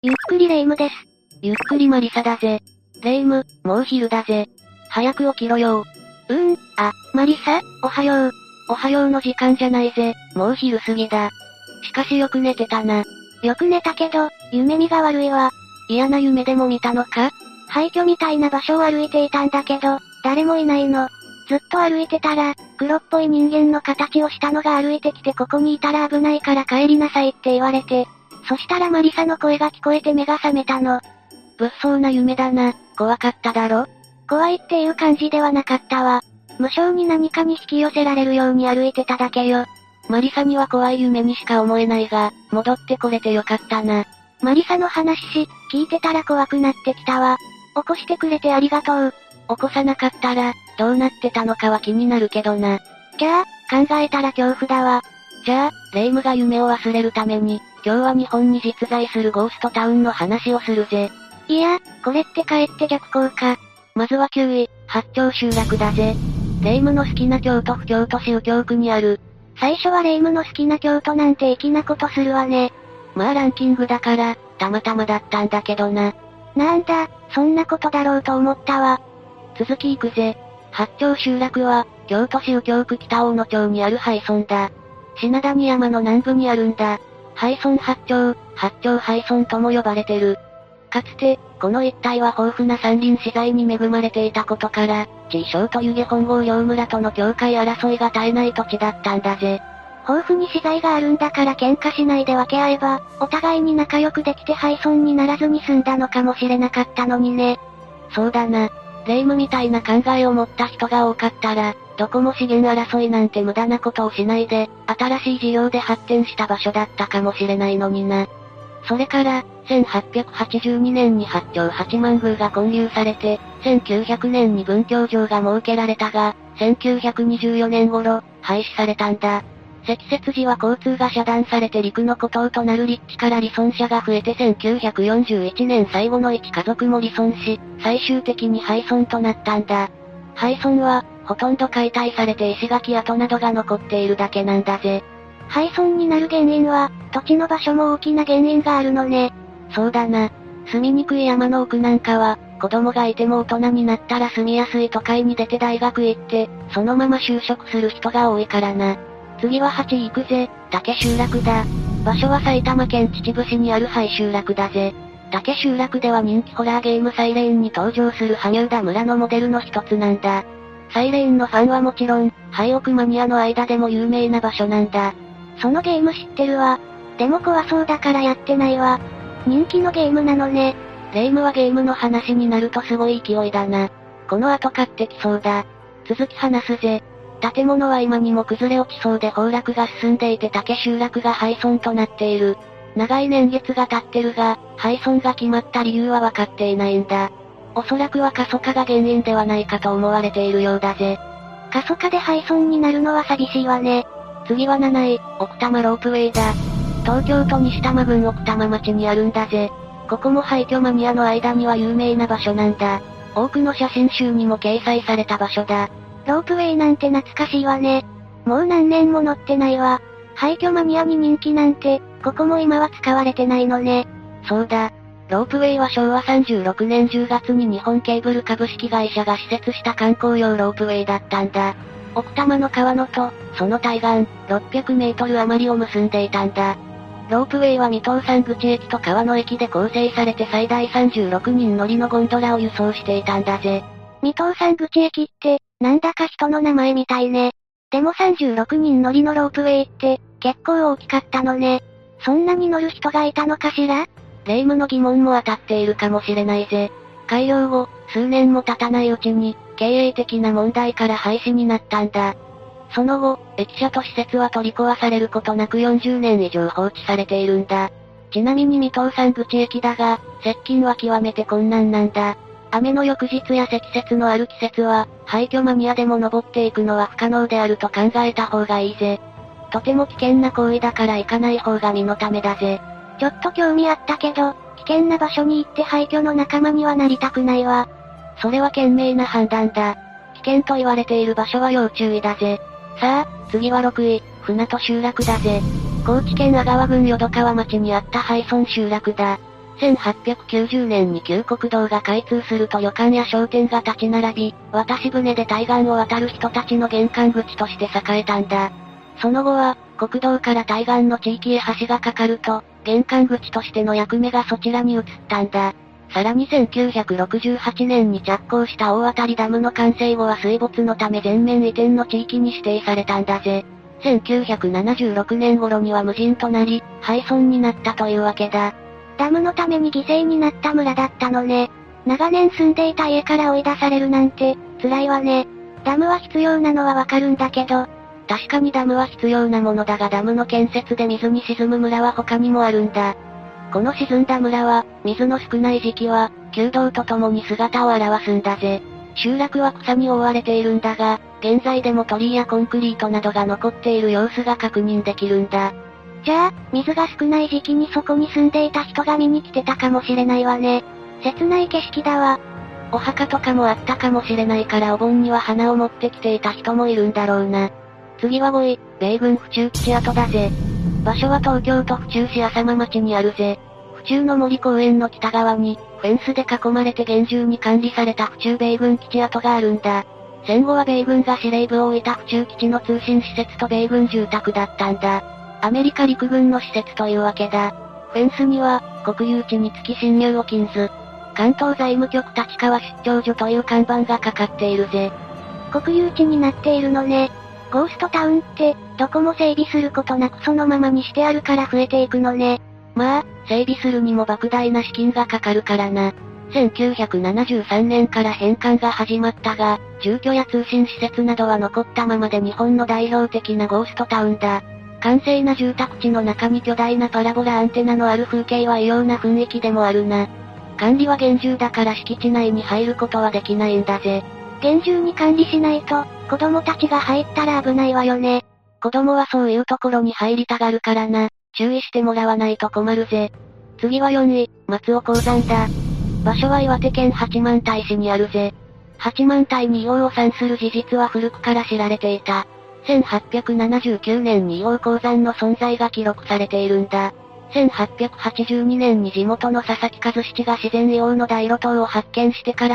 ゆっくりレ夢ムです。 ゆっくりマリサだぜ。レ夢ム、もう昼だぜ。早く起きろよ。 マリサ、おはよう。 おはようの時間じゃないぜ、もう昼過ぎだ。しかしよく寝てたな。 よく寝たけど、夢見が悪いわ。 嫌な夢でも見たのか？ 廃墟みたいな場所を歩いていたんだけど、誰もいないの。ずっと歩いてたら、黒っぽい人間の形をしたのが歩いてきてここにいたら危ないから帰りなさいって言われて、そしたらマリサの声が聞こえて目が覚めたの。 物騒な夢だな、怖かっただろ？ 怖いっていう感じではなかったわ。無性に何かに引き寄せられるように歩いてただけよ。 マリサには怖い夢にしか思えないが、戻ってこれてよかったな。 マリサの話、聞いてたら怖くなってきたわ。起こしてくれてありがとう。 起こさなかったら、どうなってたのかは気になるけどな。 じゃあ、考えたら恐怖だわ。 じゃあ、レ夢ムが夢を忘れるために、今日は日本に実在するゴーストタウンの話をするぜ。 いや、これってかえって逆効果。 まずは9位、八丁集落だぜ。レ夢ムの好きな京都府京都市右京区にある。 最初はレ夢ムの好きな京都なんて粋なことするわね。 まあランキングだから、たまたまだったんだけどな。 なんだ、そんなことだろうと思ったわ。 続き行くぜ。八丁集落は、京都市右京区北大野町にある廃村だ。品谷山の南部にあるんだ。廃村八丁廃村とも呼ばれてる。かつて、この一帯は豊富な山林資材に恵まれていたことから、地商と湯気本郷両村との境界争いが絶えない土地だったんだぜ。 豊富に資材があるんだから喧嘩しないで分け合えば、お互いに仲良くできて廃村にならずに済んだのかもしれなかったのにね。 そうだな。レ夢ムみたいな考えを持った人が多かったら、どこも資源争いなんて無駄なことをしないで、新しい事業で発展した場所だったかもしれないのにな。それから、1882年に八丁八幡宮が建立されて、1900年に文教場が設けられたが、1924年頃、廃止されたんだ。積雪時は交通が遮断されて陸の孤島となる立地から離村者が増えて1941年最後の一家族も離村し、最終的に廃村となったんだ。廃村は、ほとんど解体されて石垣跡などが残っているだけなんだぜ。 廃村になる原因は、土地の場所も大きな原因があるのね。 そうだな。住みにくい山の奥なんかは、子供がいても大人になったら住みやすい都会に出て大学へ行って、そのまま就職する人が多いからな。次は8位行くぜ、竹集落だ。場所は埼玉県秩父市にある廃集落だぜ。竹集落では人気ホラーゲームサイレーンに登場する羽生田村のモデルの一つなんだ。サイレーンのファンはもちろん、廃屋マニアの間でも有名な場所なんだ。 そのゲーム知ってるわ。でも怖そうだからやってないわ。人気のゲームなのね。 レ夢ムはゲームの話になるとすごい勢いだな。この後買ってきそうだ。続き話すぜ。建物は今にも崩れ落ちそうで崩落が進んでいて竹集落が廃村となっている。長い年月が経ってるが、廃村が決まった理由は分かっていないんだ。おそらくは過疎化が原因ではないかと思われているようだぜ。 過疎化で廃村になるのは寂しいわね。 次は7位、奥多摩ロープウェイだ。東京都西多摩郡奥多摩町にあるんだぜ。ここも廃墟マニアの間には有名な場所なんだ。多くの写真集にも掲載された場所だ。 ロープウェイなんて懐かしいわね。もう何年も乗ってないわ。廃墟マニアに人気なんて、ここも今は使われてないのね。 そうだ。ロープウェイは昭和36年10月に日本ケーブル株式会社が施設した観光用ロープウェイだったんだ。奥多摩の川野と、その対岸、600メートル余りを結んでいたんだ。ロープウェイは水戸山口駅と川野駅で構成されて最大36人乗りのゴンドラを輸送していたんだぜ。 水戸山口駅って、なんだか人の名前みたいね。でも36人乗りのロープウェイって、結構大きかったのね。そんなに乗る人がいたのかしら？ レ夢ムの疑問も当たっているかもしれないぜ。開業後、数年も経たないうちに、経営的な問題から廃止になったんだ。その後、駅舎と施設は取り壊されることなく40年以上放置されているんだ。ちなみに水戸山口駅だが、接近は極めて困難なんだ。雨の翌日や積雪のある季節は、廃墟マニアでも登っていくのは不可能であると考えた方がいいぜ。とても危険な行為だから行かない方が身のためだぜ。 ちょっと興味あったけど、危険な場所に行って廃墟の仲間にはなりたくないわ。 それは賢明な判断だ。危険と言われている場所は要注意だぜ。さあ、次は6位、船戸集落だぜ。高知県阿川郡淀川町にあった廃村集落だ。 1890年に旧国道が開通すると旅館や商店が立ち並び、渡し船で対岸を渡る人たちの玄関口として栄えたんだ。その後は、国道から対岸の地域へ橋が架かると、玄関口としての役目がそちらに移ったんだ。さらに1968年に着工した大渡ダムの完成後は水没のため全面移転の地域に指定されたんだぜ。1976年頃には無人となり、廃村になったというわけだ。 ダムのために犠牲になった村だったのね。長年住んでいた家から追い出されるなんて、辛いわね。ダムは必要なのはわかるんだけど。 確かにダムは必要なものだがダムの建設で水に沈む村は他にもあるんだ。この沈んだ村は、水の少ない時期は、旧道と共に姿を現すんだぜ。集落は草に覆われているんだが、現在でも鳥居やコンクリートなどが残っている様子が確認できるんだ。 じゃあ、水が少ない時期にそこに住んでいた人が見に来てたかもしれないわね。切ない景色だわ。 お墓とかもあったかもしれないからお盆には花を持ってきていた人もいるんだろうな。次は5位、米軍府中基地跡だぜ。場所は東京都府中市浅間町にあるぜ。府中の森公園の北側に、フェンスで囲まれて厳重に管理された府中米軍基地跡があるんだ。戦後は米軍が司令部を置いた府中基地の通信施設と米軍住宅だったんだ。アメリカ陸軍の施設というわけだ。フェンスには、国有地につき侵入を禁ず。関東財務局立川出張所という看板がかかっているぜ。 国有地になっているのね。ゴーストタウンって、どこも整備することなくそのままにしてあるから増えていくのね。 まあ、整備するにも莫大な資金がかかるからな。1973年から返還が始まったが、住居や通信施設などは残ったままで日本の代表的なゴーストタウンだ。閑静な住宅地の中に巨大なパラボラアンテナのある風景は異様な雰囲気でもあるな。管理は厳重だから敷地内に入ることはできないんだぜ。 厳重に管理しないと、子供たちが入ったら危ないわよね。 子供はそういうところに入りたがるからな。注意してもらわないと困るぜ。次は4位、松尾鉱山だ。場所は岩手県八幡平市にあるぜ。八幡平に硫黄を産する事実は古くから知られていた。1879年に硫黄鉱山の存在が記録されているんだ。1882年に地元の佐々木和七が自然硫黄の大路灯を発見してから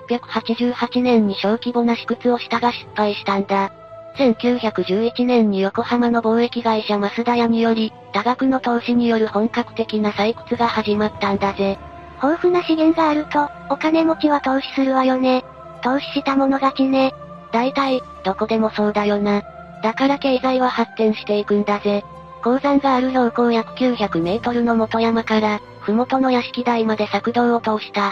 1888年に小規模な試掘をしたが失敗したんだ。1911年に横浜の貿易会社増田屋により、多額の投資による本格的な採掘が始まったんだぜ。 豊富な資源があると、お金持ちは投資するわよね。投資したもの勝ちね。 大体、どこでもそうだよな。だから経済は発展していくんだぜ。鉱山がある標高約900メートルの元山から、麓の屋敷台まで索道を通した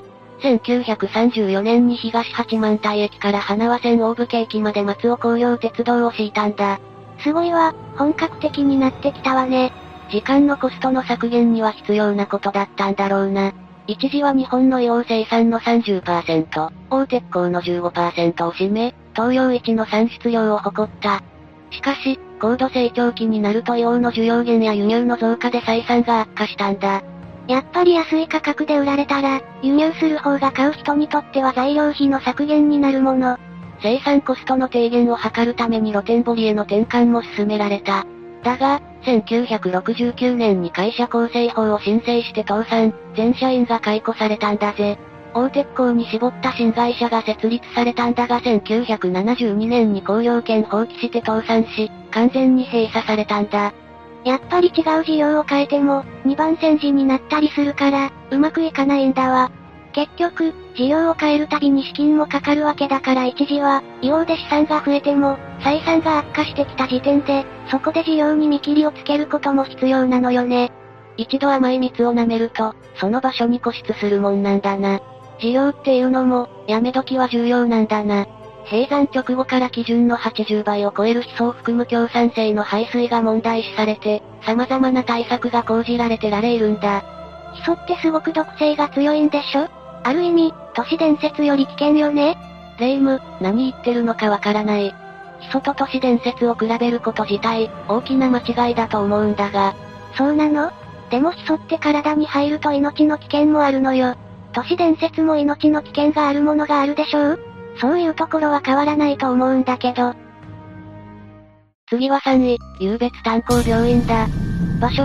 。1934年に東八幡平駅から花輪線大府駅まで松尾工業鉄道を敷いたんだ。 すごいわ、本格的になってきたわね。 時間のコストの削減には必要なことだったんだろうな。一時は日本の硫黄生産の 30%、大鉄鋼の 15% を占め、東洋一の産出量を誇った。しかし、高度成長期になると硫黄の需要減や輸入の増加で採算が悪化したんだ。 やっぱり安い価格で売られたら、輸入する方が買う人にとっては材料費の削減になるもの。 生産コストの低減を図るために露天掘りへの転換も進められた。だが、1969年に会社構成法を申請して倒産、全社員が解雇されたんだぜ。大鉄鋼に絞った新会社が設立されたんだが1972年に工業権放棄して倒産し、完全に閉鎖されたんだ。 やっぱり違う事業を変えても、二番煎じになったりするから、うまくいかないんだわ。結局、事業を変えるたびに資金もかかるわけだから一時は、硫黄で資産が増えても、採算が悪化してきた時点で、そこで事業に見切りをつけることも必要なのよね。 一度甘い蜜を舐めると、その場所に固執するもんなんだな。事業っていうのも、やめ時は重要なんだな。閉山直後から基準の80倍を超えるヒ素を含む強酸性の排水が問題視されて、様々な対策が講じられてられるんだ。 ヒ素ってすごく毒性が強いんでしょ？ある意味、都市伝説より危険よね？ 霊夢、何言ってるのかわからない。ヒ素と都市伝説を比べること自体、大きな間違いだと思うんだが。 そうなの？でもヒ素って体に入ると命の危険もあるのよ。都市伝説も命の危険があるものがあるでしょう？そういうところは変わらないと思うんだけど。 次は3位、湧別炭鉱病院だ。場所は、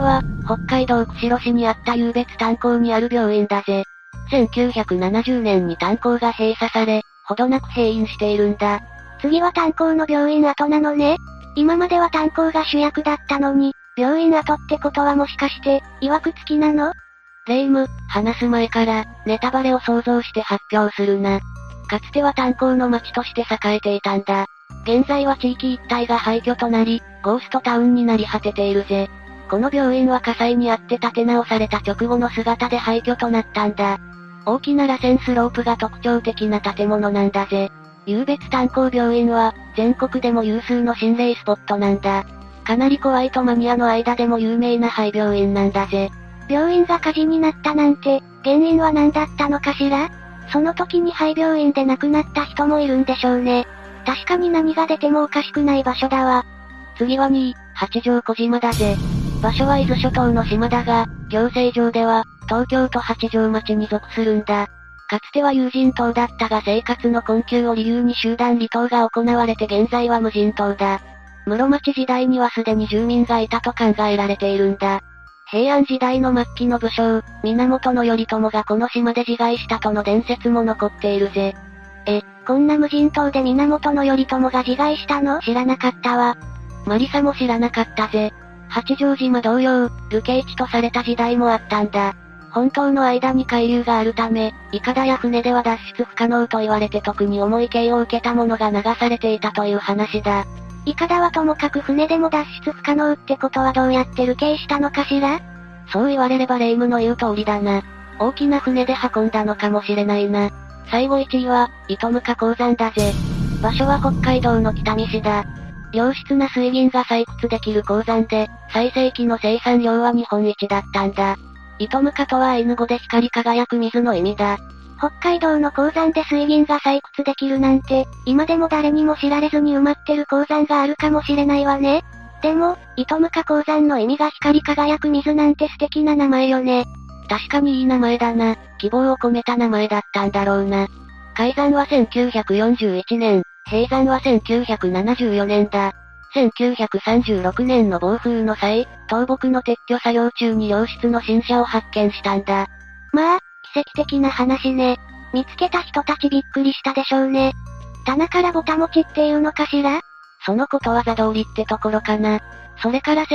北海道釧路市にあった湧別炭鉱にある病院だぜ。1970年に炭鉱が閉鎖され、ほどなく閉院しているんだ。 次は炭鉱の病院跡なのね。今までは炭鉱が主役だったのに、病院跡ってことはもしかして、曰く付きなの？ 霊夢、話す前から、ネタバレを想像して発表するな。かつては炭鉱の町として栄えていたんだ。現在は地域一帯が廃墟となり、ゴーストタウンになり果てているぜ。この病院は火災にあって建て直された直後の姿で廃墟となったんだ。大きな螺旋スロープが特徴的な建物なんだぜ。湧別炭鉱病院は、全国でも有数の心霊スポットなんだ。かなり怖いとマニアの間でも有名な廃病院なんだぜ。 病院が火事になったなんて、原因は何だったのかしら？その時に廃病院で亡くなった人もいるんでしょうね。確かに何が出てもおかしくない場所だわ。 次は2位、八丈小島だぜ。場所は伊豆諸島の島だが、行政上では、東京都八丈町に属するんだ。かつては有人島だったが生活の困窮を理由に集団離島が行われて現在は無人島だ。室町時代にはすでに住民がいたと考えられているんだ。平安時代の末期の武将、源頼朝がこの島で自害したとの伝説も残っているぜ。 こんな無人島で源頼朝が自害したの？知らなかったわ。 マリサも知らなかったぜ。八丈島同様、流刑地とされた時代もあったんだ。本島の間に海流があるため、イカダや船では脱出不可能と言われて特に重い刑を受けた者が流されていたという話だ。 イカダはともかく船でも脱出不可能ってことはどうやって流刑したのかしら？ そう言われれば霊夢の言う通りだな。大きな船で運んだのかもしれないな。最後1位は、糸向鉱山だぜ。場所は北海道の北見市だ。良質な水銀が採掘できる鉱山で、最盛期の生産量は日本一だったんだ。糸向とはアイヌ語で光り輝く水の意味だ。 北海道の鉱山で水銀が採掘できるなんて、今でも誰にも知られずに埋まってる鉱山があるかもしれないわね。でも、糸向鉱山の意味が光り輝く水なんて素敵な名前よね。 確かにいい名前だな。希望を込めた名前だったんだろうな。開山は1941年、閉山は1974年だ。1936年の暴風の際、倒木の撤去作業中に良質の新車を発見したんだ。 まあ、奇跡的な話ね。見つけた人たちびっくりしたでしょうね。棚からぼた餅っていうのかしら？ そのことわざ通りってところかな。それから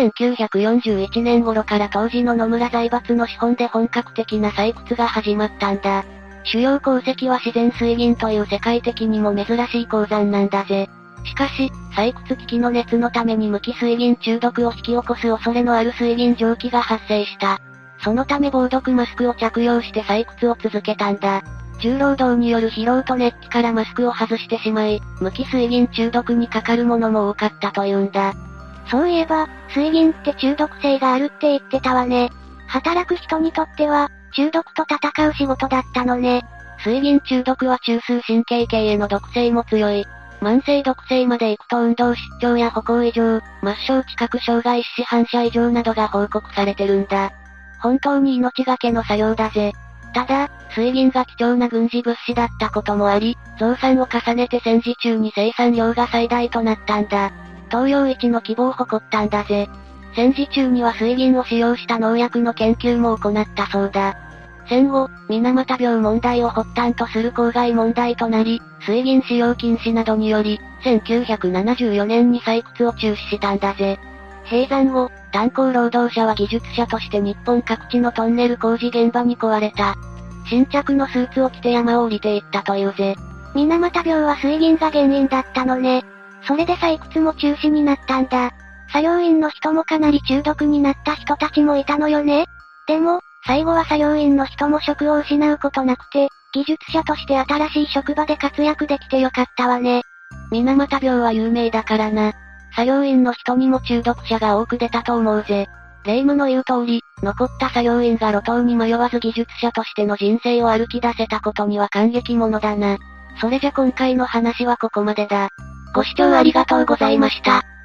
1941年頃から当時の野村財閥の資本で本格的な採掘が始まったんだ。主要鉱石は自然水銀という世界的にも珍しい鉱山なんだぜ。しかし、採掘機器の熱のために無機水銀中毒を引き起こす恐れのある水銀蒸気が発生した。そのため防毒マスクを着用して採掘を続けたんだ。重労働による疲労と熱気からマスクを外してしまい、無機水銀中毒にかかるものも多かったというんだ。 そういえば、水銀って中毒性があるって言ってたわね。働く人にとっては、中毒と戦う仕事だったのね。 水銀中毒は中枢神経系への毒性も強い。慢性毒性まで行くと運動失調や歩行異常、末梢知覚障害四肢反射異常などが報告されてるんだ。本当に命がけの作業だぜ。ただ、水銀が貴重な軍事物資だったこともあり、増産を重ねて戦時中に生産量が最大となったんだ。東洋一の規模を誇ったんだぜ。戦時中には水銀を使用した農薬の研究も行ったそうだ。戦後、水俣病問題を発端とする公害問題となり、水銀使用禁止などにより、1974年に採掘を中止したんだぜ。閉山後、炭鉱労働者は技術者として日本各地のトンネル工事現場に来われた。新着のスーツを着て山を降りていったというぜ。 水俣病は水銀が原因だったのね。それで採掘も中止になったんだ。作業員の人もかなり中毒になった人たちもいたのよね。でも、最後は作業員の人も職を失うことなくて、技術者として新しい職場で活躍できてよかったわね。 水俣病は有名だからな。作業員の人にも中毒者が多く出たと思うぜ。霊夢の言う通り、残った作業員が路頭に迷わず技術者としての人生を歩き出せたことには感激者だな。それじゃ今回の話はここまでだ。ご視聴ありがとうございました。